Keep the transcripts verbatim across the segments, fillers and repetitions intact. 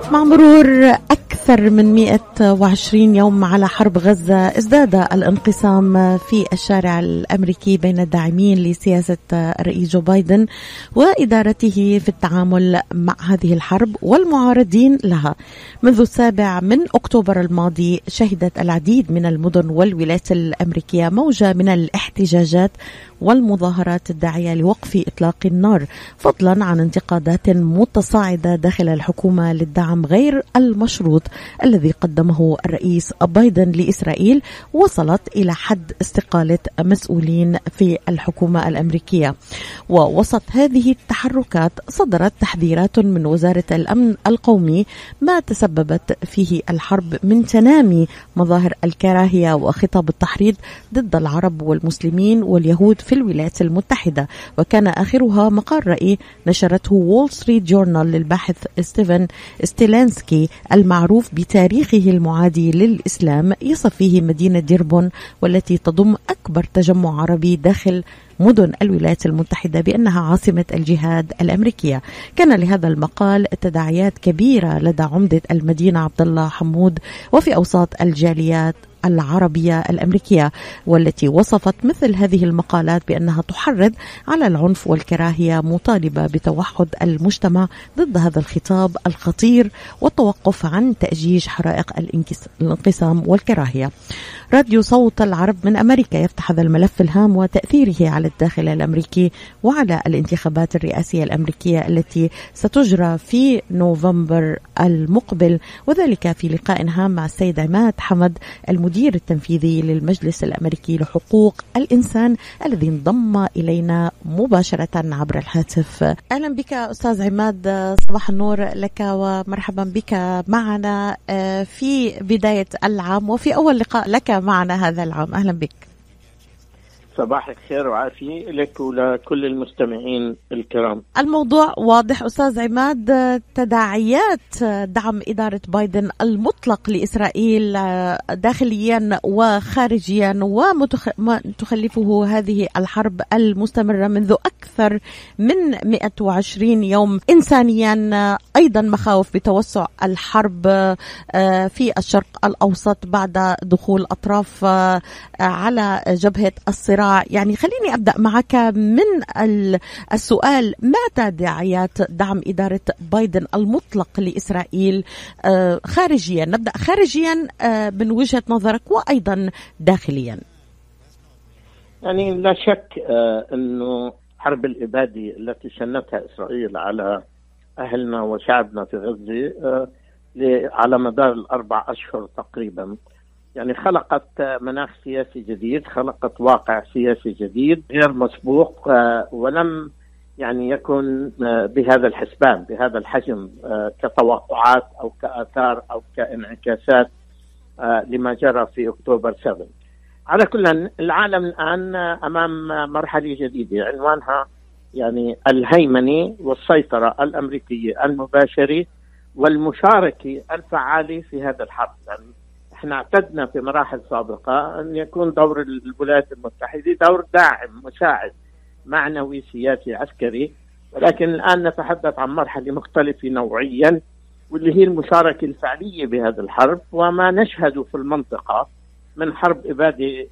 مع مرور أكثر من مئة وعشرين يوم على حرب غزة، ازداد الانقسام في الشارع الأمريكي بين الداعمين لسياسة الرئيس جو بايدن وإدارته في التعامل مع هذه الحرب والمعارضين لها. منذ السابع من أكتوبر الماضي شهدت العديد من المدن والولايات الأمريكية موجة من الاحتجاجات والمظاهرات الداعية لوقف إطلاق النار، فضلا عن انتقادات متصاعدة داخل الحكومة للدعم غير المشروط الذي قدمه الرئيس بايدن لإسرائيل، وصلت إلى حد استقالة مسؤولين في الحكومة الأمريكية. ووسط هذه التحركات صدرت تحذيرات من وزارة الأمن القومي ما تسببت فيه الحرب من تنامي مظاهر الكراهية وخطاب التحريض ضد العرب والمسلمين واليهود في الولايات المتحدة، وكان آخرها مقال رأي نشرته وول ستريت جورنال للباحث ستيفن ستيلانسكي المعروف بتاريخه المعادي للإسلام، يصف فيه مدينة ديربون والتي تضم أكبر تجمع عربي داخل مدن الولايات المتحدة بأنها عاصمة الجهاد الأمريكية. كان لهذا المقال تداعيات كبيرة لدى عمدة المدينة عبد الله حمود وفي أوساط الجاليات العربية الأمريكية، والتي وصفت مثل هذه المقالات بأنها تحرض على العنف والكراهية، مطالبة بتوحد المجتمع ضد هذا الخطاب الخطير والتوقف عن تأجيج حرائق الانقسام والكراهية. راديو صوت العرب من أمريكا يفتح هذا الملف الهام وتأثيره على الداخل الأمريكي وعلى الانتخابات الرئاسية الأمريكية التي ستجرى في نوفمبر المقبل، وذلك في لقاء هام مع السيد عماد حمد المدير التنفيذي للمجلس الأمريكي لحقوق الإنسان الذي انضم إلينا مباشرة عبر الهاتف. أهلا بك أستاذ عماد، صباح النور لك ومرحبا بك معنا في بداية العام وفي أول لقاء لك معنا هذا العام. أهلا بك. صباح الخير وعافية لك ولكل المستمعين الكرام. الموضوع واضح أستاذ عماد، تداعيات دعم إدارة بايدن المطلق لإسرائيل داخليا وخارجيا وما تخلفه هذه الحرب المستمرة منذ أكثر من مئة وعشرين يوم إنسانيا، أيضا مخاوف بتوسع الحرب في الشرق الأوسط بعد دخول أطراف على جبهة الصراع. يعني خليني أبدأ معك من السؤال، ما تداعيات دعم إدارة بايدن المطلق لإسرائيل خارجيا؟ نبدأ خارجيا من وجهة نظرك وأيضا داخليا. يعني لا شك أنه حرب الإبادة التي شنتها إسرائيل على أهلنا وشعبنا في غزة على مدار الأربع أشهر تقريبا يعني خلقت مناخ سياسي جديد، خلقت واقع سياسي جديد غير مسبوق، ولم يعني يكن بهذا الحسبان بهذا الحجم كتوقعات أو كآثار أو كانعكاسات لما جرى في أكتوبر سبعة. على كل العالم الآن أمام مرحلة جديدة عنوانها يعني الهيمنة والسيطرة الأمريكية المباشرة والمشاركة الفعالة في هذا الحرب. يعني احنا اعتدنا في مراحل سابقة أن يكون دور الولايات المتحدة دور داعم مساعد معنوي سياسي عسكري، ولكن الآن نتحدث عن مرحلة مختلفة نوعيا، واللي هي المشاركة الفعلية بهذا الحرب. وما نشهده في المنطقة من حرب إبادة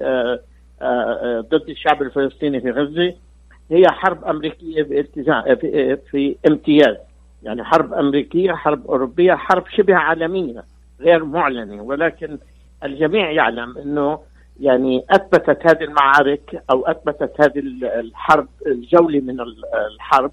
ضد الشعب الفلسطيني في غزة هي حرب أمريكية في, في امتياز، يعني حرب أمريكية، حرب أوروبية، حرب شبه عالمية غير معلنة، ولكن الجميع يعلم أنه يعني أثبتت هذه المعارك أو أثبتت هذه الحرب الجولة من الحرب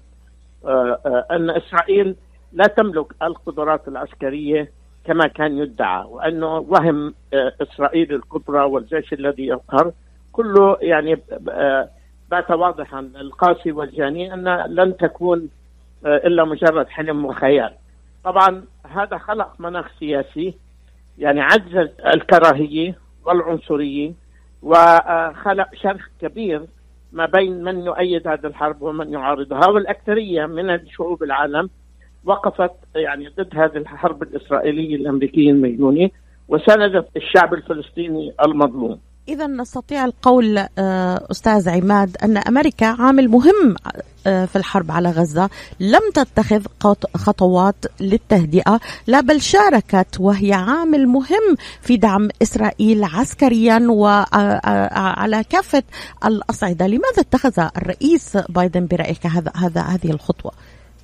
أن إسرائيل لا تملك القدرات العسكرية كما كان يدعى، وأنه وهم إسرائيل الكبرى والجيش الذي يقهر كله يعني بات واضحا القاسي والجاني أن لن تكون إلا مجرد حلم وخيال. طبعا هذا خلق مناخ سياسي يعني عزز الكراهية والعنصرية، وخلق شرخ كبير ما بين من يؤيد هذه الحرب ومن يعارضها، والأكثرية من الشعوب العالم وقفت يعني ضد هذه الحرب الإسرائيلية الأمريكية المجنونة وساندت الشعب الفلسطيني المظلوم. إذا نستطيع القول أستاذ عماد أن أمريكا عامل مهم في الحرب على غزة، لم تتخذ خطوات للتهدئة، لا بل شاركت وهي عامل مهم في دعم إسرائيل عسكريا وعلى كافة الأصعدة. لماذا اتخذ الرئيس بايدن برأيك هذا هذا هذه الخطوة؟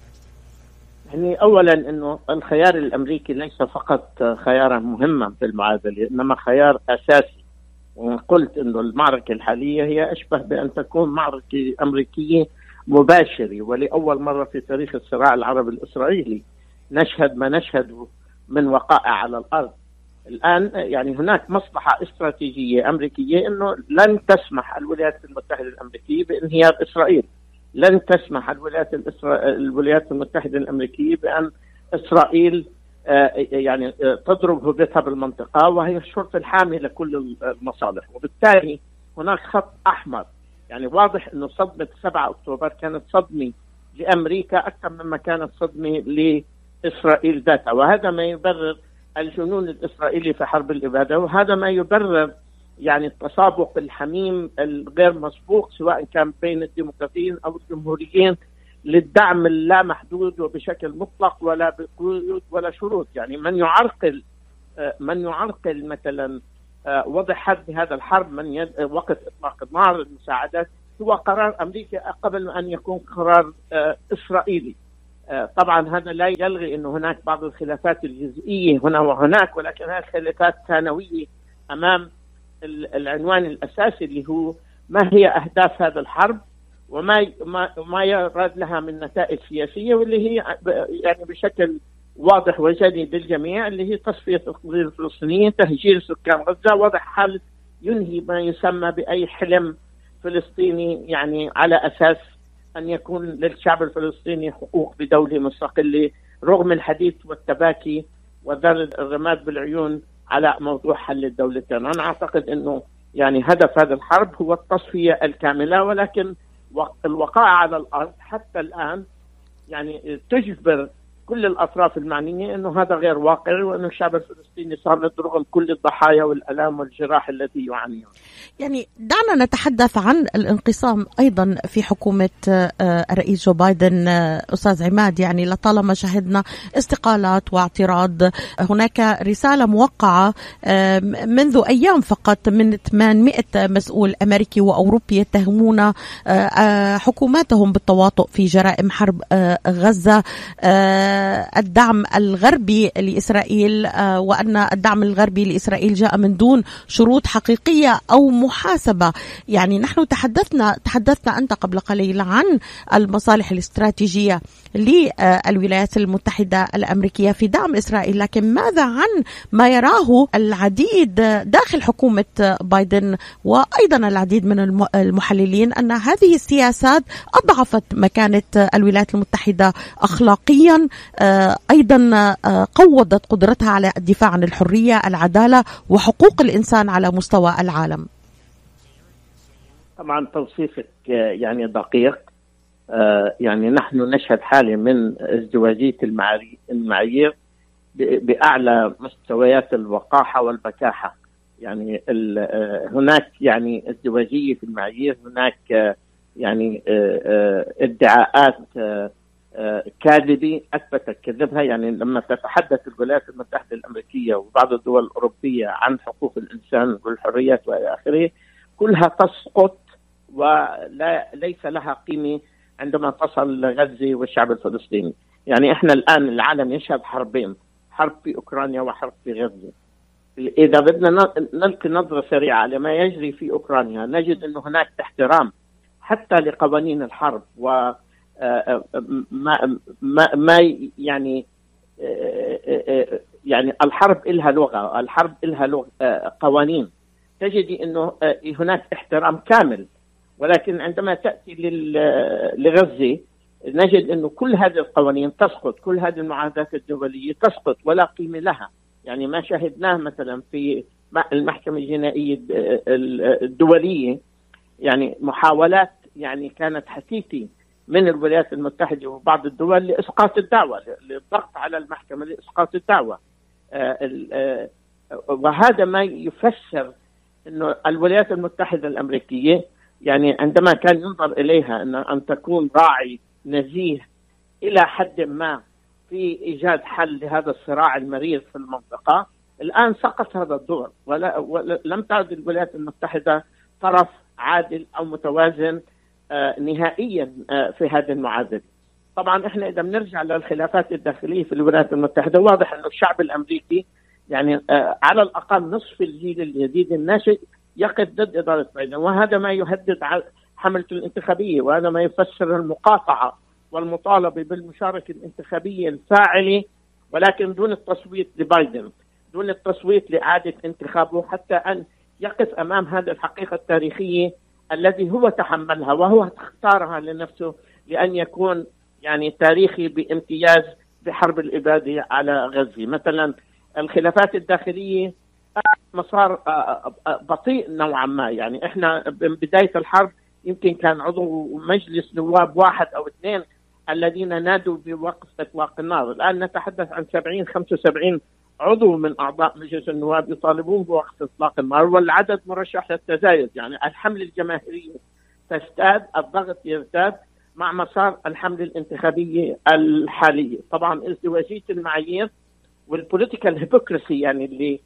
يعني أولا أنه الخيار الأمريكي ليس فقط خيارا مهما في المعادلة، إنما خيار أساسي. وقلت أنه المعركة الحالية هي أشبه بأن تكون معركة أمريكية مباشرة، ولأول مرة في تاريخ الصراع العربي الإسرائيلي نشهد ما نشهده من وقائع على الأرض. الآن يعني هناك مصلحة استراتيجية أمريكية أنه لن تسمح الولايات المتحدة الأمريكية بانهيار إسرائيل، لن تسمح الولايات الولايات المتحدة الأمريكية بأن إسرائيل يعني تضرب هوبتها بالمنطقة، وهي الشرط الحامي لكل المصالح. وبالتالي هناك خط أحمر. يعني واضح أنه صدمة سبعة أكتوبر كانت صدمة لأمريكا أكثر مما كانت صدمة لإسرائيل ذاتها، وهذا ما يبرر الجنون الإسرائيلي في حرب الإبادة، وهذا ما يبرر يعني التسابق الحميم الغير مسبوق سواء كان بين الديمقراطيين أو الجمهوريين للدعم اللامحدود وبشكل مطلق ولا بقيود ولا شروط. يعني من يعرقل من يعرقل مثلا وضع حد بهذا الحرب من يد وقت إطلاق النار المساعدات هو قرار أمريكا قبل أن يكون قرار إسرائيلي. طبعا هذا لا يلغي أنه هناك بعض الخلافات الجزئية هنا وهناك، ولكن هذه خلافات ثانوية أمام العنوان الأساسي اللي هو ما هي أهداف هذا الحرب وما ما, ما يراد لها من نتائج سياسية، واللي هي يعني بشكل واضح وجلي للجميع اللي هي تصفية القضية الفلسطينية، تهجير سكان غزة، وضع حل ينهي ما يسمى بأي حلم فلسطيني، يعني على أساس أن يكون للشعب الفلسطيني حقوق بدولة مستقلة رغم الحديث والتباكي وذر الرماد بالعيون على موضوع حل الدولتين. أنا أعتقد أنه يعني هدف هذا الحرب هو التصفية الكاملة، ولكن الوقائع على الأرض حتى الآن يعني تجبر كل الأطراف المعنية أنه هذا غير واقعي، وأن الشعب الفلسطيني صار رغم كل الضحايا والألام والجراح التي يعانيها. يعني دعنا نتحدث عن الانقسام أيضا في حكومة الرئيس جو بايدن أستاذ عماد. يعني لطالما شهدنا استقالات واعتراض، هناك رسالة موقعة منذ أيام فقط من ثمانمائة مسؤول أمريكي وأوروبي يتهمون حكوماتهم بالتواطؤ في جرائم حرب غزة، الدعم الغربي لإسرائيل، وأن الدعم الغربي لإسرائيل جاء من دون شروط حقيقية أو محاسبة. يعني نحن تحدثنا تحدثنا أنت قبل قليل عن المصالح الاستراتيجية للولايات المتحدة الأمريكية في دعم إسرائيل، لكن ماذا عن ما يراه العديد داخل حكومة بايدن وأيضا العديد من المحللين أن هذه السياسات أضعفت مكانة الولايات المتحدة أخلاقيا، أيضا قوضت قدرتها على الدفاع عن الحرية، العدالة وحقوق الإنسان على مستوى العالم؟ طبعا توصيفك يعني دقيق. يعني نحن نشهد حالة من ازدواجية المعايير بأعلى مستويات الوقاحة والبكاحة. يعني هناك يعني ازدواجية في المعايير، هناك يعني ادعاءات كاذبة أثبتت كذبها. يعني لما تتحدث الولايات المتحدة الأمريكية وبعض الدول الأوروبية عن حقوق الإنسان والحريات وإلى آخره، كلها تسقط ولا ليس لها قيمة عندما تصل لغزة والشعب الفلسطيني. يعني إحنا الآن العالم يشهد حربين، حرب في أوكرانيا وحرب في غزة. إذا بدنا نلقي نظرة سريعة على ما يجري في أوكرانيا نجد أنه هناك احترام حتى لقوانين الحرب، و ما ما ما يعني يعني الحرب إلها لغة، الحرب إلها لغة قوانين. تجدي أنه هناك احترام كامل، ولكن عندما تأتي لغزة نجد أنه كل هذه القوانين تسقط، كل هذه المعاهدات الدولية تسقط ولا قيمة لها. يعني ما شاهدناه مثلا في المحكمة الجنائية الدولية، يعني محاولات يعني كانت حثيثة من الولايات المتحدة وبعض الدول لإسقاط الدعوة، للضغط على المحكمة لإسقاط الدعوة. وهذا ما يفسر أنه الولايات المتحدة الأمريكية يعني عندما كان ينظر إليها أن أن تكون راعي نزيه إلى حد ما في إيجاد حل لهذا الصراع المرير في المنطقة، الآن سقط هذا الدور، ولا ولم تعد الولايات المتحدة طرف عادل أو متوازن آه نهائيا آه في هذه المعادلة. طبعا احنا إذا بنرجع للخلافات الداخلية في الولايات المتحدة، واضح أنه الشعب الأمريكي يعني آه على الأقل نصف الجيل الجديد الناشئ يقف ضد إدارة بايدن، وهذا ما يهدد حملته الانتخابية، وهذا ما يفسر المقاطعة والمطالبة بالمشاركة الانتخابية الفاعلة، ولكن دون التصويت لبايدن، دون التصويت لإعادة انتخابه، حتى أن يقف أمام هذه الحقيقة التاريخية الذي هو تحملها وهو اختارها لنفسه، لأن يكون يعني تاريخي بامتياز بحرب الإبادة على غزة. مثلا الخلافات الداخلية مسار بطيء نوعا ما، يعني احنا من بداية الحرب يمكن كان عضو مجلس نواب واحد أو اثنين الذين نادوا بوقف إطلاق النار، الآن نتحدث عن سبعين خمسة وسبعين عضو من أعضاء مجلس النواب يطالبون بوقف إطلاق النار، والعدد مرشح للتزايد. يعني الحملة الجماهيرية تزداد، الضغط يزداد مع مسار الحملة الانتخابية الحالية. طبعا ازدواجية المعايير والبوليتيكال هيبوكرسي يعني اللي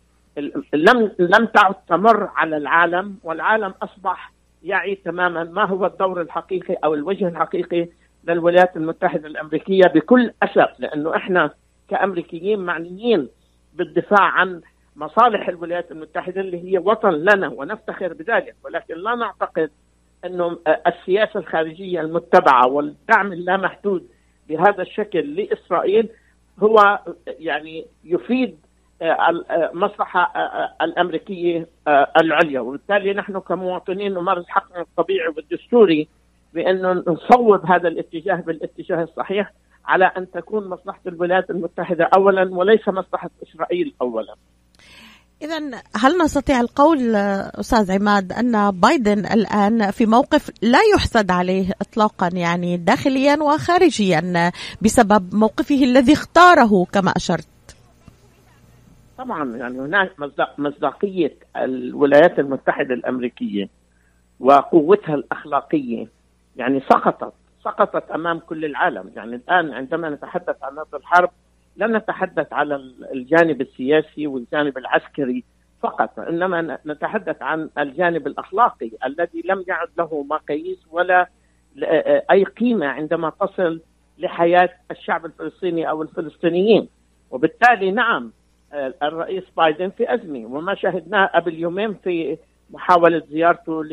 لم لم تعد تمر على العالم، والعالم أصبح يعي تماما ما هو الدور الحقيقي أو الوجه الحقيقي للولايات المتحدة الأمريكية بكل أسف، لأنه إحنا كأمريكيين معنيين بالدفاع عن مصالح الولايات المتحدة اللي هي وطن لنا ونفتخر بذلك، ولكن لا نعتقد أنه السياسة الخارجية المتبعة والدعم اللامحدود بهذا الشكل لإسرائيل هو يعني يفيد المصلحة الأمريكية العليا، وبالتالي نحن كمواطنين نمارس حقنا الطبيعي والدستوري بأنه نصوب هذا الاتجاه بالاتجاه الصحيح، على أن تكون مصلحة الولايات المتحدة أولا وليس مصلحة إسرائيل أولا. إذن هل نستطيع القول أستاذ عماد أن بايدن الآن في موقف لا يحسد عليه إطلاقا، يعني داخليا وخارجيا، بسبب موقفه الذي اختاره كما أشرت؟ طبعا يعني هناك مصداقية الولايات المتحدة الأمريكية وقوتها الأخلاقية يعني سقطت سقطت أمام كل العالم. يعني الآن عندما نتحدث عن هذه الحرب لا نتحدث على الجانب السياسي والجانب العسكري فقط، إنما نتحدث عن الجانب الأخلاقي الذي لم يعد له مقاييس ولا أي قيمة عندما تصل لحياة الشعب الفلسطيني أو الفلسطينيين. وبالتالي نعم الرئيس بايدن في أزمة، وما شاهدناه قبل يومين في محاولة زيارته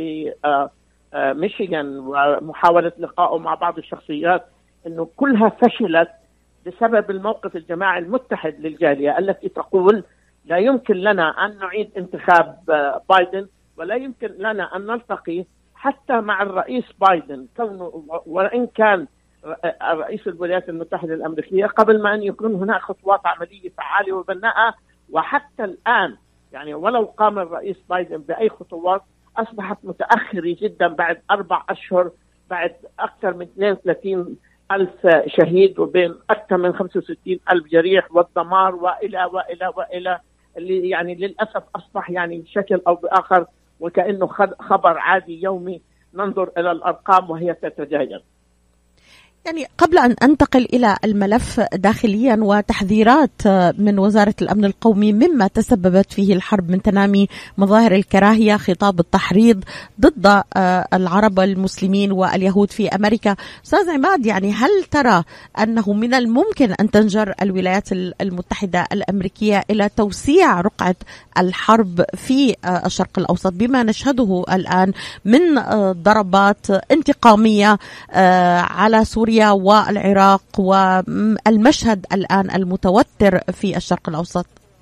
لميشيغان ومحاولة لقائه مع بعض الشخصيات، إنه كلها فشلت بسبب الموقف الجماعي المتحد للجالية التي تقول لا يمكن لنا أن نعيد انتخاب بايدن، ولا يمكن لنا أن نلتقي حتى مع الرئيس بايدن، كونه وإن كان رئيس الولايات المتحدة الأمريكية، قبل ما أن يكون هناك خطوات عملية فعالة وبناءة. وحتى الآن يعني ولو قام الرئيس بايدن بأي خطوات أصبحت متأخرة جدا بعد أربع أشهر، بعد أكثر من اثنين وثلاثين ألف شهيد وبين أكثر من خمسة وستين ألف جريح والدمار وإلى وإلى وإلى اللي يعني للأسف أصبح يعني بشكل أو بآخر وكأنه خبر عادي يومي ننظر إلى الأرقام وهي تتجاهل. يعني قبل أن أنتقل إلى الملف داخليا وتحذيرات من وزارة الأمن القومي مما تسببت فيه الحرب من تنامي مظاهر الكراهية، خطاب التحريض ضد العرب المسلمين واليهود في أمريكا، أستاذ عماد يعني هل ترى أنه من الممكن أن تنجر الولايات المتحدة الأمريكية إلى توسيع رقعة الحرب في الشرق الأوسط بما نشهده الآن من ضربات انتقامية على سوريا والعراق والمشهد الآن المتوتر في الشرق الأوسط؟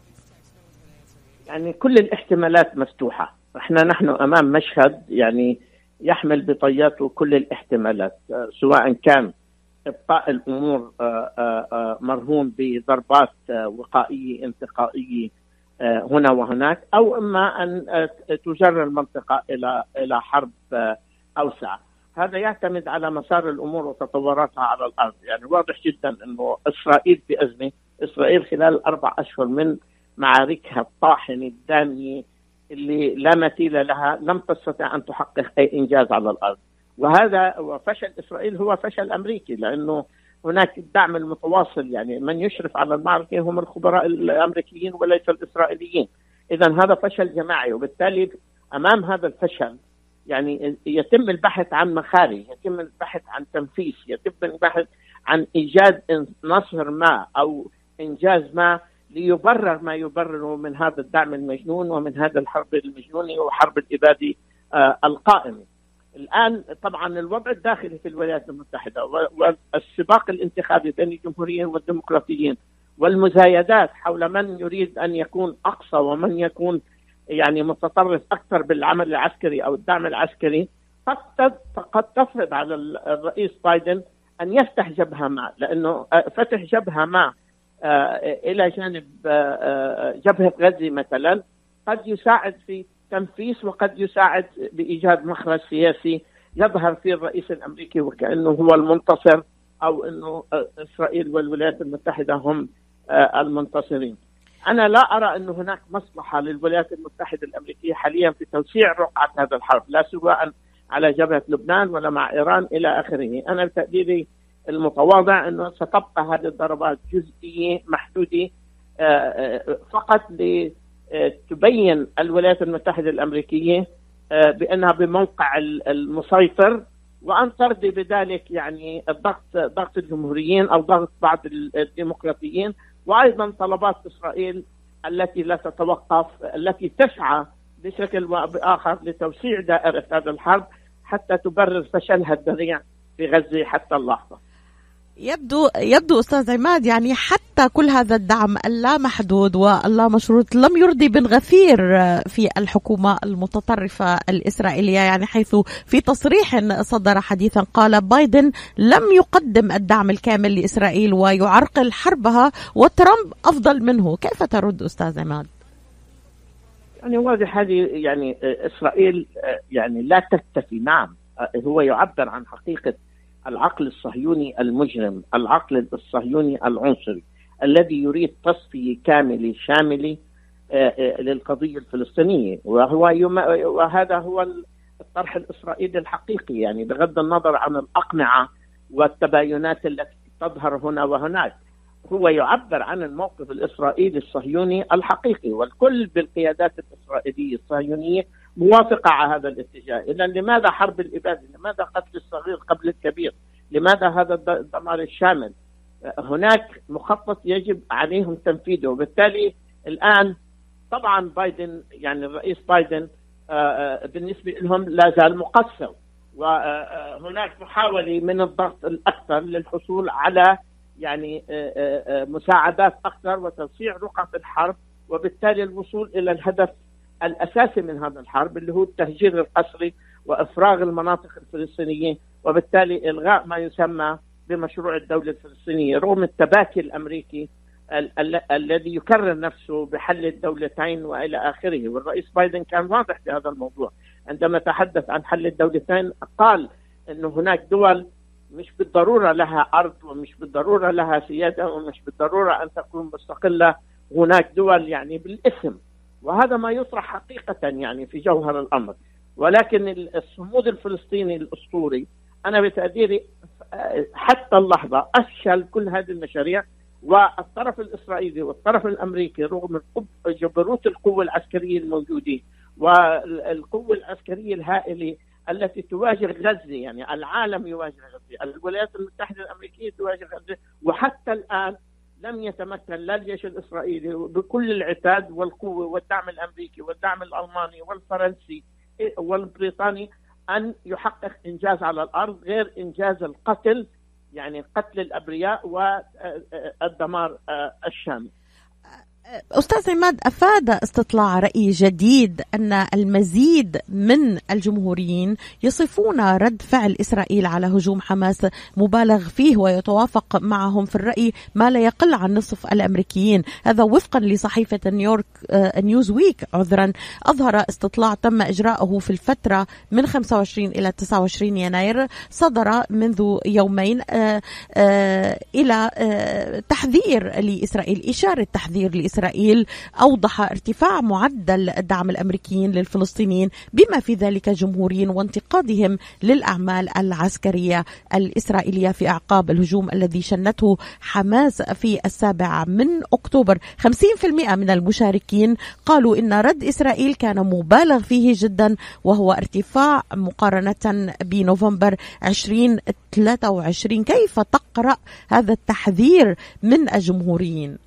يعني كل الاحتمالات مفتوحة، احنا نحن أمام مشهد يعني يحمل بطياته كل الاحتمالات، سواء كان إبقاء الأمور مرهون بضربات وقائية انتقائية هنا وهناك، أو إما أن تجر المنطقة إلى إلى حرب أوسع. هذا يعتمد على مسار الأمور وتطوراتها على الأرض. يعني واضح جدا أنه إسرائيل بأزمة. إسرائيل خلال أربع أشهر من معاركها الطاحنة الدامية اللي لا مثيل لها لم تستطع أن تحقق أي إنجاز على الأرض. وهذا وفشل إسرائيل هو فشل أمريكي، لأنه هناك الدعم المتواصل، يعني من يشرف على المعركة هم الخبراء الأمريكيين وليس الإسرائيليين. إذن هذا فشل جماعي، وبالتالي أمام هذا الفشل يعني يتم البحث عن مخارج، يتم البحث عن تنفيذ، يتم البحث عن إيجاد نصر ما أو إنجاز ما ليبرر ما يبرره من هذا الدعم المجنون ومن هذا الحرب المجنونة وحرب الإبادة آه القائمة. الآن طبعا الوضع الداخلي في الولايات المتحدة والسباق الانتخابي بين الجمهوريين والديمقراطيين والمزايدات حول من يريد أن يكون أقصى ومن يكون يعني متطرف أكثر بالعمل العسكري أو الدعم العسكري قد قد تفرض على الرئيس بايدن أن يفتح جبهة ما، لأنه فتح جبهة ما إلى جانب جبهة غزة مثلا قد يساعد في تنفيذ وقد يساعد بإيجاد مخرج سياسي يظهر فيه الرئيس الأمريكي وكأنه هو المنتصر، أو أنه إسرائيل والولايات المتحدة هم المنتصرين. أنا لا أرى أن هناك مصلحة للولايات المتحدة الأمريكية حاليا في توسيع رقعة هذا الحرب، لا سواء على جبهة لبنان ولا مع إيران إلى آخره. أنا بتقديري المتواضع أنه ستبقى هذه الضربات جزئية محدودة فقط لتبين الولايات المتحدة الأمريكية بأنها بموقع المسيطر، وأن ترضي بذلك يعني الضغط ضغط الجمهوريين أو ضغط بعض الديمقراطيين، وأيضا طلبات إسرائيل التي لا تتوقف، التي تسعى بشكل وبآخر لتوسيع دائرة هذا الحرب حتى تبرر فشلها الذريع في غزة حتى اللحظة. يبدو يبدو أستاذ عماد يعني حتى كل هذا الدعم اللامحدود واللامشروط لم يرضي بن غفير في الحكومة المتطرفة الإسرائيلية، يعني حيث في تصريح صدر حديثا قال بايدن لم يقدم الدعم الكامل لإسرائيل ويعرقل حربها وترامب أفضل منه. كيف ترد أستاذ عماد؟ يعني واضح هذه يعني إسرائيل يعني لا تكتفي. نعم هو يعبر عن حقيقة العقل الصهيوني المجرم، العقل الصهيوني العنصري الذي يريد تصفية كاملة شاملة للقضية الفلسطينية، وهو يم... وهذا هو الطرح الإسرائيلي الحقيقي، يعني بغض النظر عن الأقنعة والتباينات التي تظهر هنا وهناك. هو يعبر عن الموقف الإسرائيلي الصهيوني الحقيقي، والكل بالقيادات الإسرائيلية الصهيونية موافقة على هذا الاتجاه. إذن لماذا حرب الإبادة؟ لماذا قتل الصغير قبل الكبير؟ لماذا هذا الدمار الشامل؟ هناك مخطط يجب عليهم تنفيذه، وبالتالي الآن طبعا بايدن يعني الرئيس بايدن بالنسبة لهم لا زال مقصر، وهناك محاولة من الضغط الأكثر للحصول على يعني مساعدات أكثر وتوسيع رقعة الحرب، وبالتالي الوصول إلى الهدف الأساسي من هذا الحرب اللي هو التهجير القسري وإفراغ المناطق الفلسطينية، وبالتالي إلغاء ما يسمى بمشروع الدولة الفلسطينية رغم التباكي الأمريكي ال- ال- الذي يكرر نفسه بحل الدولتين وإلى آخره. والرئيس بايدن كان واضح في هذا الموضوع عندما تحدث عن حل الدولتين، قال أنه هناك دول مش بالضرورة لها أرض ومش بالضرورة لها سيادة ومش بالضرورة أن تكون مستقلة، هناك دول يعني بالاسم، وهذا ما يطرح حقيقة يعني في جوهر الأمر. ولكن الصمود الفلسطيني الأسطوري أنا بتقديري حتى اللحظة أفشل كل هذه المشاريع، والطرف الإسرائيلي والطرف الأمريكي رغم جبروت القوة العسكرية الموجودة والقوة العسكرية الهائلة التي تواجه غزة، يعني العالم يواجه غزة، الولايات المتحدة الأمريكية تواجه غزة، وحتى الآن لم يتمكن لا الجيش الإسرائيلي بكل العتاد والقوة والدعم الأمريكي والدعم الألماني والفرنسي والبريطاني أن يحقق إنجاز على الأرض غير إنجاز القتل، يعني قتل الأبرياء والدمار الشامل. أستاذ عماد، أفاد استطلاع رأي جديد أن المزيد من الجمهوريين يصفون رد فعل إسرائيل على هجوم حماس مبالغ فيه، ويتوافق معهم في الرأي ما لا يقل عن نصف الأمريكيين. هذا وفقا لصحيفة نيويورك نيوز ويك عذرا. أظهر استطلاع تم إجراءه في الفترة من خمسة وعشرين إلى تسعة وعشرين يناير، صدر منذ يومين إلى تحذير لإسرائيل، إشارة تحذير لإسرائيل إسرائيل أوضح ارتفاع معدل الدعم الأمريكي للفلسطينيين بما في ذلك جمهوريين وانتقادهم للأعمال العسكرية الإسرائيلية في أعقاب الهجوم الذي شنته حماس في السابع من أكتوبر. خمسين بالمئة من المشاركين قالوا إن رد إسرائيل كان مبالغ فيه جدا، وهو ارتفاع مقارنة بنوفمبر عشرين ثلاثة وعشرين. كيف تقرأ هذا التحذير من الجمهوريين؟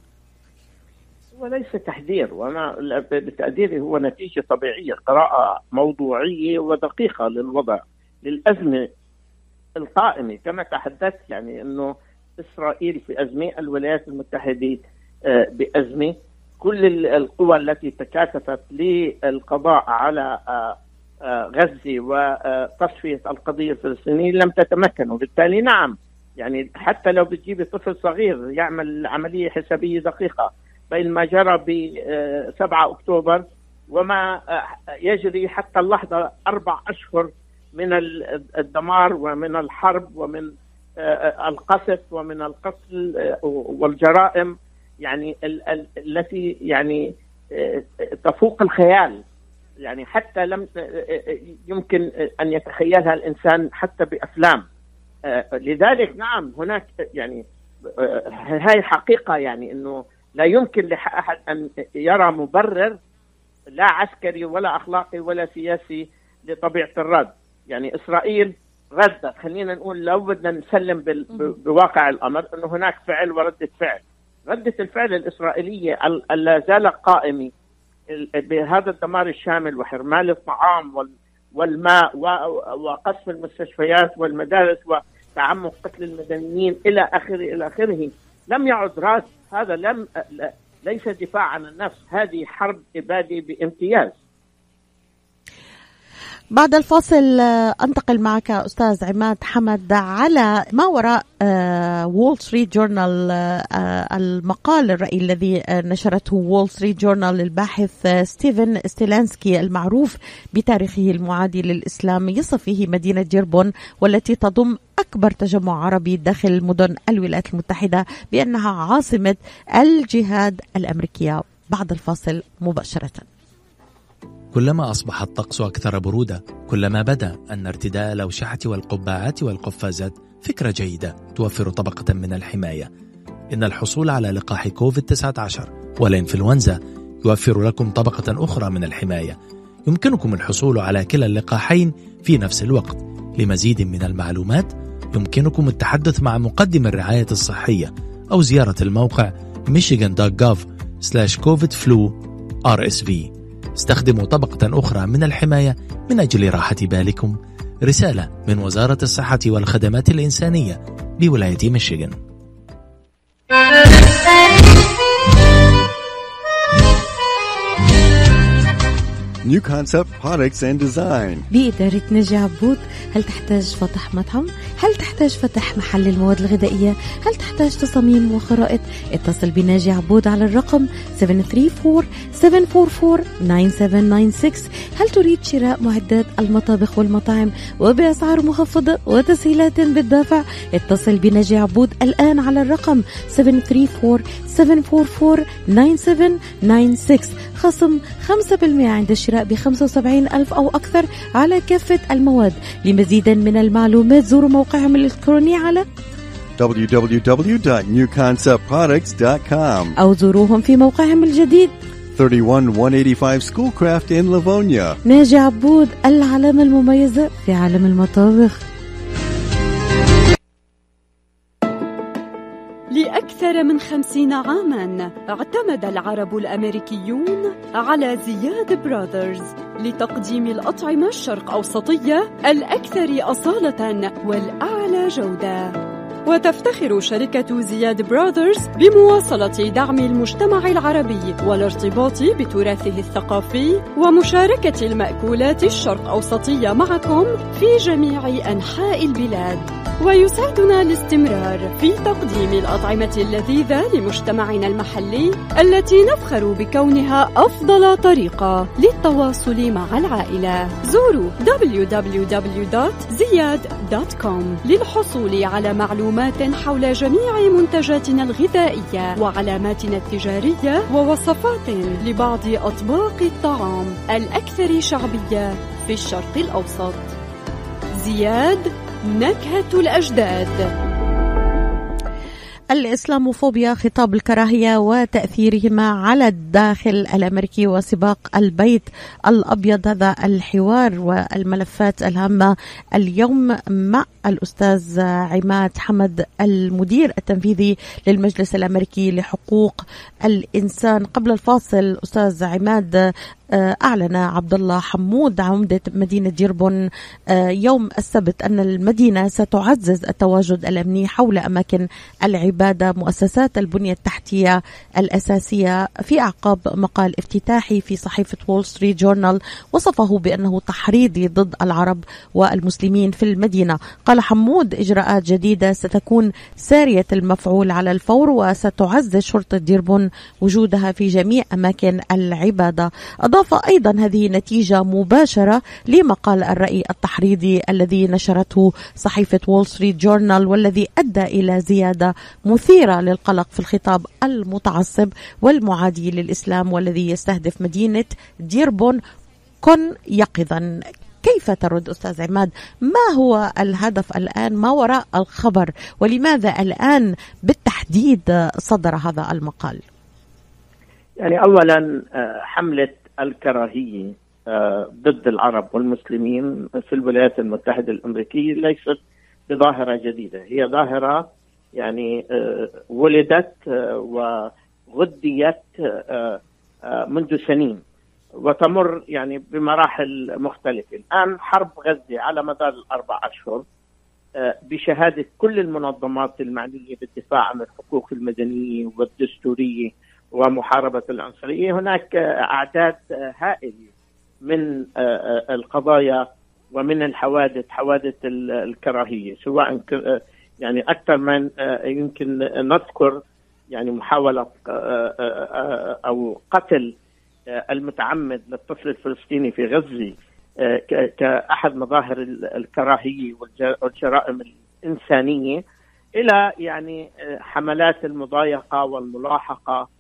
وليس تحذير، وأنا بتقديري هو نتيجة طبيعية، قراءة موضوعية ودقيقة للوضع، للأزمة القائمة. كما تحدثت يعني أنه إسرائيل في أزمة، الولايات المتحدة بأزمة، كل القوى التي تكاتفت للقضاء على غزة وتصفية القضية الفلسطينية لم تتمكن. وبالتالي نعم، يعني حتى لو بتجيب طفل صغير يعمل عملية حسابية دقيقة بين ما جرى بسبعة أكتوبر وما يجري حتى اللحظة، أربع أشهر من الدمار ومن الحرب ومن القصف ومن القتل والجرائم، يعني التي يعني تفوق الخيال، يعني حتى لم يمكن أن يتخيلها الإنسان حتى بأفلام. لذلك نعم، هناك يعني هاي حقيقة، يعني أنه لا يمكن لأحد أن يرى مبرر لا عسكري ولا أخلاقي ولا سياسي لطبيعة الرد. يعني إسرائيل ردت، خلينا نقول لو بدنا نسلم بواقع الأمر أنه هناك فعل وردة فعل. ردة الفعل الإسرائيلية لا زالت قائمة بهذا الدمار الشامل وحرمان الطعام والماء وقصف المستشفيات والمدارس وتعمق قتل المدنيين إلى آخره إلى آخره. لم يعد راس، هذا لم ليس دفاع عن النفس، هذه حرب إبادة بامتياز. بعد الفاصل أنتقل معك أستاذ عماد حمد على ما وراء وول ستريت جورنال، المقال الرأي الذي نشرته وول ستريت جورنال للباحث ستيفن ستيلانسكي المعروف بتاريخه المعادي للإسلام، يصف فيه مدينة جيربون والتي تضم أكبر تجمع عربي داخل مدن الولايات المتحدة بأنها عاصمة الجهاد الأمريكية. بعد الفاصل مباشرة. كلما أصبح الطقس أكثر برودة، كلما بدا أن ارتداء الأوشحة والقبعات والقفازات فكرة جيدة توفر طبقة من الحماية. إن الحصول على لقاح كوفيد تسعة عشر والإنفلونزا يوفر لكم طبقة أخرى من الحماية. يمكنكم الحصول على كلا اللقاحين في نفس الوقت. لمزيد من المعلومات يمكنكم التحدث مع مقدم الرعاية الصحية أو زيارة الموقع michigan dot gov slash covid flu R S V. استخدموا طبقة أخرى من الحماية من أجل راحة بالكم. رسالة من وزارة الصحة والخدمات الإنسانية بولاية ميشيغان. New Concept Products and Design بإدارة ناجي عبود. هل تحتاج فتح مطعم؟ هل تحتاج فتح محل المواد الغذائية؟ هل تحتاج تصاميم وخرائط؟ اتصل بناجي عبود على الرقم سبعة ثلاثة أربعة سبعة أربعة أربعة تسعة سبعة تسعة ستة. هل تريد شراء معدات المطابخ والمطاعم وبأسعار مخفضة وتسهيلات بالدافع؟ اتصل بناجي عبود الآن على الرقم سبعة ثلاثة أربعة سبعة أربعة أربعة تسعة سبعة تسعة ستة. خصم خمسة بالمئة عند الشراء بخمسة وسبعين ألف أو أكثر على كافة المواد. لمزيد من المعلومات زوروا موقعهم الإلكتروني على دبليو دبليو دبليو دوت نيو كونسبت برودكتس دوت كوم أو زوروهم في موقعهم الجديد ثلاثة وواحد مئتين وثمانية وثمانين Schoolcraft in Livonia. ناجي عبود، العلامة المميزة في عالم المطابخ. لأكثر من خمسين عاماً اعتمد العرب الأمريكيون على زياد براذرز لتقديم الأطعمة الشرق أوسطية الأكثر أصالة والأعلى جودة. وتفتخر شركة زياد براذرز بمواصلة دعم المجتمع العربي والارتباط بتراثه الثقافي ومشاركة المأكولات الشرق أوسطية معكم في جميع أنحاء البلاد. ويسعدنا الاستمرار في تقديم الأطعمة اللذيذة لمجتمعنا المحلي التي نفخر بكونها أفضل طريقة للتواصل مع العائلة. زوروا دبليو دبليو دبليو دوت زياد دوت كوم للحصول على معلومات معلومات حول جميع منتجاتنا الغذائية وعلاماتنا التجارية ووصفات لبعض أطباق الطعام الأكثر شعبية في الشرق الأوسط. زياد، نكهة الأجداد. الإسلاموفوبيا، خطاب الكراهية وتأثيرهما على الداخل الأمريكي وسباق البيت الأبيض، هذا الحوار والملفات الهامة اليوم مع الأستاذ عماد حمد المدير التنفيذي للمجلس الأمريكي لحقوق الإنسان. قبل الفاصل أستاذ عماد، أعلن عبد الله حمود عمدة مدينة ديربون يوم السبت أن المدينة ستعزز التواجد الأمني حول أماكن العبادة مؤسسات البنية التحتية الأساسية في أعقاب مقال افتتاحي في صحيفة وول ستريت جورنال وصفه بأنه تحريضي ضد العرب والمسلمين في المدينة. قال حمود إجراءات جديدة ستكون سارية المفعول على الفور وستعزز شرطة ديربون وجودها في جميع أماكن العبادة. أضاف أيضا هذه نتيجة مباشرة لمقال الرأي التحريضي الذي نشرته صحيفة وول ستريت جورنال والذي أدى إلى زيادة مثيرة للقلق في الخطاب المتعصب والمعادي للإسلام والذي يستهدف مدينة ديربون. كن يقظا. كيف ترد أستاذ عماد؟ ما هو الهدف الآن ما وراء الخبر ولماذا الآن بالتحديد صدر هذا المقال؟ يعني أولا حملة الكراهية ضد العرب والمسلمين في الولايات المتحدة الأمريكية ليست بظاهرة جديدة، هي ظاهرة يعني ولدت وغذيت منذ سنين وتمر يعني بمراحل مختلفة. الآن حرب غزة على مدار الأربع أشهر بشهادة كل المنظمات المعنية بالدفاع عن الحقوق المدنية والدستورية ومحاربة العنصرية، هناك أعداد هائلة من القضايا ومن الحوادث، حوادث الكراهية، سواء يعني أكثر من يمكن نذكر يعني محاولة أو قتل المتعمد للطفل الفلسطيني في غزة كأحد مظاهر الكراهية والجرائم الإنسانية، إلى يعني حملات المضايقة والملاحقة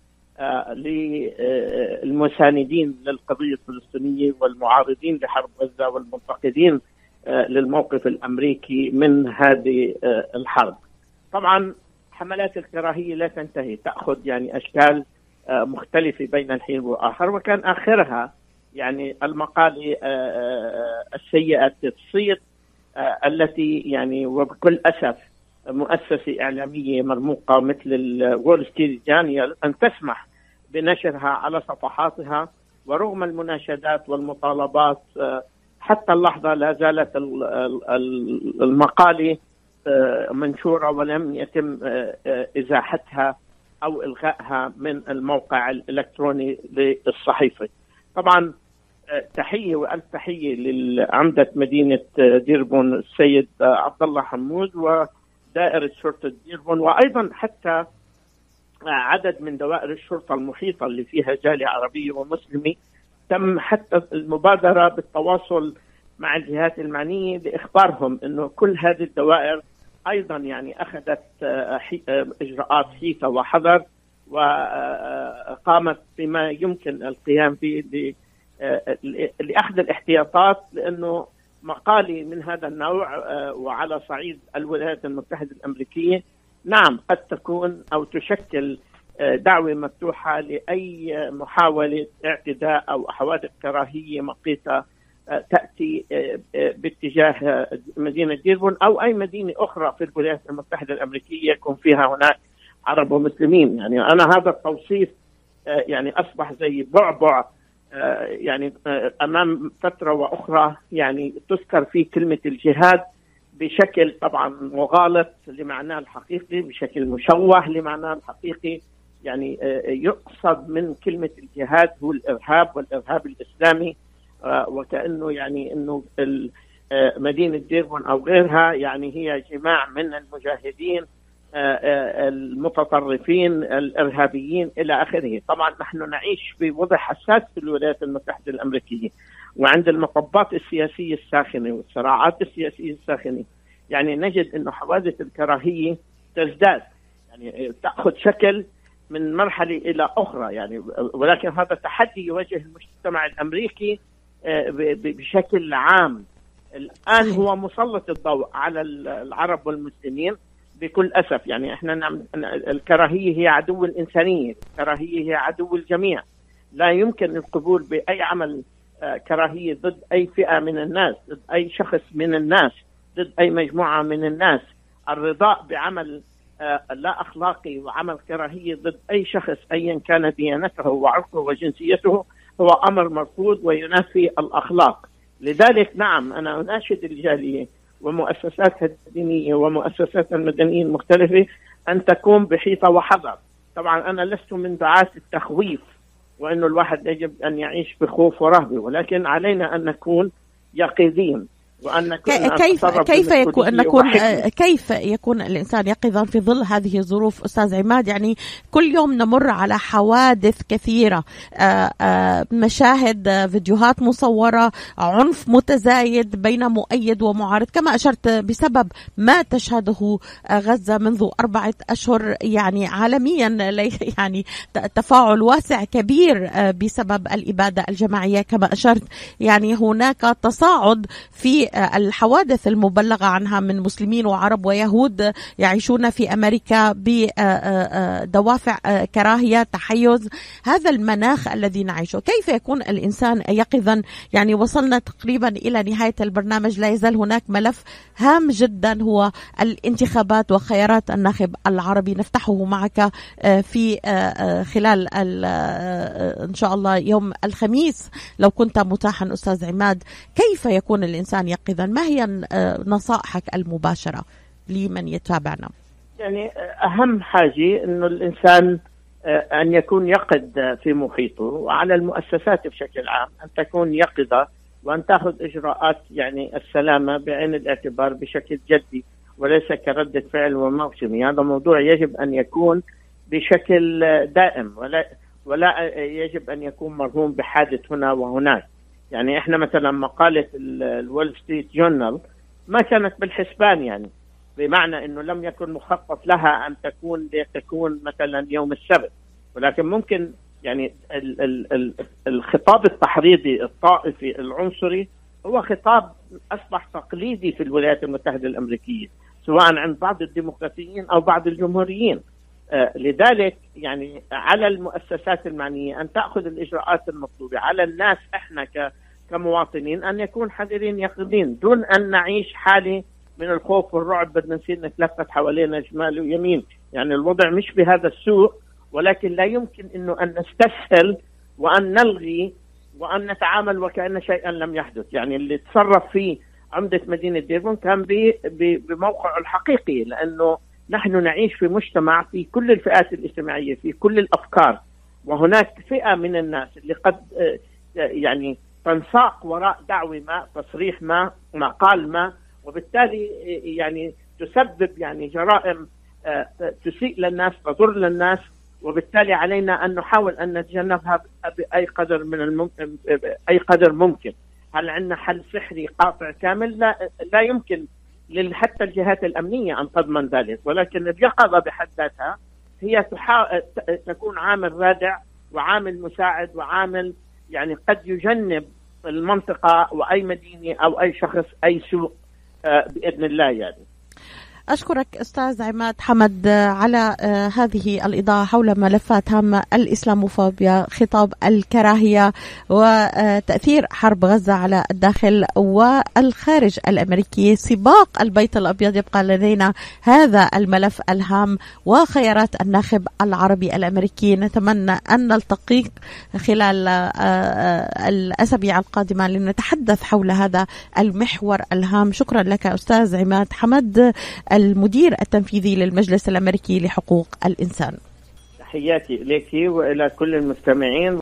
للمساندين للقضية الفلسطينية والمعارضين لحرب غزة والمنتقدين للموقف الأمريكي من هذه الحرب. طبعا حملات الكراهية لا تنتهي، تأخذ يعني أشكال مختلفة بين الحين والآخر، وكان آخرها يعني المقالة السيئة التصيد التي يعني وبكل أسف مؤسسة إعلامية مرموقة مثل الول ستريت جورنال أن تسمح بنشرها على صفحاتها، ورغم المناشدات والمطالبات حتى اللحظة لا زالت المقالة منشورة ولم يتم إزاحتها أو إلغائها من الموقع الإلكتروني للصحيفة. طبعا تحية وألف تحية لعمدة مدينة ديربون السيد عبد الله حمود ودائرة شرطة ديربون، وأيضا حتى عدد من دوائر الشرطة المحيطة اللي فيها جالية عربية ومسلمة، تم حتى المبادرة بالتواصل مع الجهات المعنية لإخبارهم أنه كل هذه الدوائر أيضا يعني أخذت إجراءات حيطة وحذر وقامت بما يمكن القيام به لأخذ الاحتياطات، لأنه مقالي من هذا النوع وعلى صعيد الولايات المتحدة الأمريكية نعم قد تكون أو تشكل دعوة مفتوحة لأي محاولة اعتداء أو حوادث كراهية مقيتة تأتي باتجاه مدينة ديربون أو أي مدينة أخرى في الولايات المتحدة الأمريكية يكون فيها هناك عرب ومسلمين. يعني أنا هذا التوصيف يعني أصبح زي بعبع، يعني أمام فترة وأخرى يعني تذكر فيه كلمة الجهاد بشكل طبعا مغالط لمعناه الحقيقي، بشكل مشوه لمعناه الحقيقي. يعني يقصد من كلمة الجهاد هو الإرهاب والإرهاب الإسلامي، وكأنه يعني أنه مدينة ديربون أو غيرها يعني هي جماع من المجاهدين المتطرفين الإرهابيين إلى آخره. طبعا نحن نعيش في وضع حساس في الولايات المتحدة الأمريكية، وعند المطبات السياسية الساخنة والصراعات السياسية الساخنة يعني نجد أنه حوادث الكراهية تزداد، يعني تأخذ شكل من مرحلة إلى أخرى يعني. ولكن هذا تحدي يواجه المجتمع الأمريكي بشكل عام. الآن هو مسلط الضوء على العرب والمسلمين بكل أسف. يعني إحنا نعم الكراهية هي عدو الإنسانية، الكراهية هي عدو الجميع. لا يمكن القبول بأي عمل كراهية ضد أي فئة من الناس، ضد أي شخص من الناس، ضد أي مجموعة من الناس. الرضاء بعمل لا أخلاقي وعمل كراهية ضد أي شخص أيا كان ديانته وعرقه وجنسيته هو أمر مرفوض وينافي الأخلاق. لذلك نعم أنا أناشد الجالية ومؤسساتها الدينية ومؤسساتها المدنية المختلفة أن تكون بحيطة وحذر. طبعا أنا لست من دعاة التخويف وأنه الواحد يجب أن يعيش بخوف ورهبة، ولكن علينا أن نكون يقظين وأن كيف كيف يكون أن نكون كيف يكون الإنسان يقظا في ظل هذه الظروف أستاذ عماد؟ يعني كل يوم نمر على حوادث كثيرة، مشاهد، فيديوهات مصورة، عنف متزايد بين مؤيد ومعارض كما أشرت بسبب ما تشهده غزة منذ أربعة أشهر. يعني عالميا يعني تفاعل واسع كبير بسبب الإبادة الجماعية كما أشرت. يعني هناك تصاعد في الحوادث المبلغة عنها من مسلمين وعرب ويهود يعيشون في أمريكا بدوافع كراهية، تحيز. هذا المناخ الذي نعيشه كيف يكون الإنسان يقظا؟ يعني وصلنا تقريبا إلى نهاية البرنامج، لا يزال هناك ملف هام جدا هو الانتخابات وخيارات الناخب العربي، نفتحه معك في خلال إن شاء الله يوم الخميس لو كنت متاحا أستاذ عماد. كيف يكون الإنسان يقظا؟ ما هي نصائحك المباشرة لمن يتابعنا؟ يعني أهم حاجة أنه الإنسان أن يكون يقظ في محيطه، وعلى المؤسسات بشكل عام أن تكون يقظة وأن تأخذ إجراءات يعني السلامة بعين الاعتبار بشكل جدي وليس كردة فعل وموسمي. هذا موضوع يجب أن يكون بشكل دائم ولا ولا يجب أن يكون مرهون بحادث هنا وهناك. يعني احنا مثلا مقالة الول ستريت جورنال ما كانت بالحسبان، يعني بمعنى انه لم يكن مخطط لها ان تكون لتكون مثلا يوم السبت، ولكن ممكن يعني ال ال ال الخطاب التحريضي الطائفي العنصري هو خطاب اصبح تقليدي في الولايات المتحدة الامريكية سواء عند بعض الديمقراطيين او بعض الجمهوريين. آه لذلك يعني على المؤسسات المعنية أن تأخذ الإجراءات المطلوبة، على الناس إحنا كمواطنين أن يكون حذرين يقظين دون أن نعيش حالة من الخوف والرعب بدنا نصير نتلفت حوالينا شمال ويمين. يعني الوضع مش بهذا السوء، ولكن لا يمكن إنه أن نستسهل وأن نلغي وأن نتعامل وكأن شيئا لم يحدث. يعني اللي تصرف فيه عمدة مدينة ديربون كان بموقعه الحقيقي، لأنه نحن نعيش في مجتمع في كل الفئات الاجتماعية، في كل الأفكار، وهناك فئة من الناس اللي قد يعني تنساق وراء دعوة ما، تصريح ما، مقال ما، وبالتالي يعني تسبب يعني جرائم تسيء للناس، تضر للناس، وبالتالي علينا أن نحاول أن نتجنبها بأي قدر من الممكن أي قدر ممكن. هل عندنا حل سحري قاطع كامل؟ لا, لا يمكن حتى الجهات الأمنية أن تضمن ذلك، ولكن اليقظة بحد ذاتها هي تحا... تكون عامل رادع وعامل مساعد وعامل يعني قد يجنب المنطقة وأي مدينة أو أي شخص أي سوء بإذن الله. يعني أشكرك أستاذ عماد حمد على هذه الإضاءة حول ملفات هامة، الإسلاموفوبيا، خطاب الكراهية، وتأثير حرب غزة على الداخل والخارج الأمريكي. سباق البيت الأبيض يبقى لدينا هذا الملف الهام وخيارات الناخب العربي الأمريكي. نتمنى أن نلتقي خلال الأسابيع القادمة لنتحدث حول هذا المحور الهام. شكرا لك أستاذ عماد حمد، المدير التنفيذي للمجلس الأمريكي لحقوق الإنسان. تحياتي إليك وإلى كل المستمعين.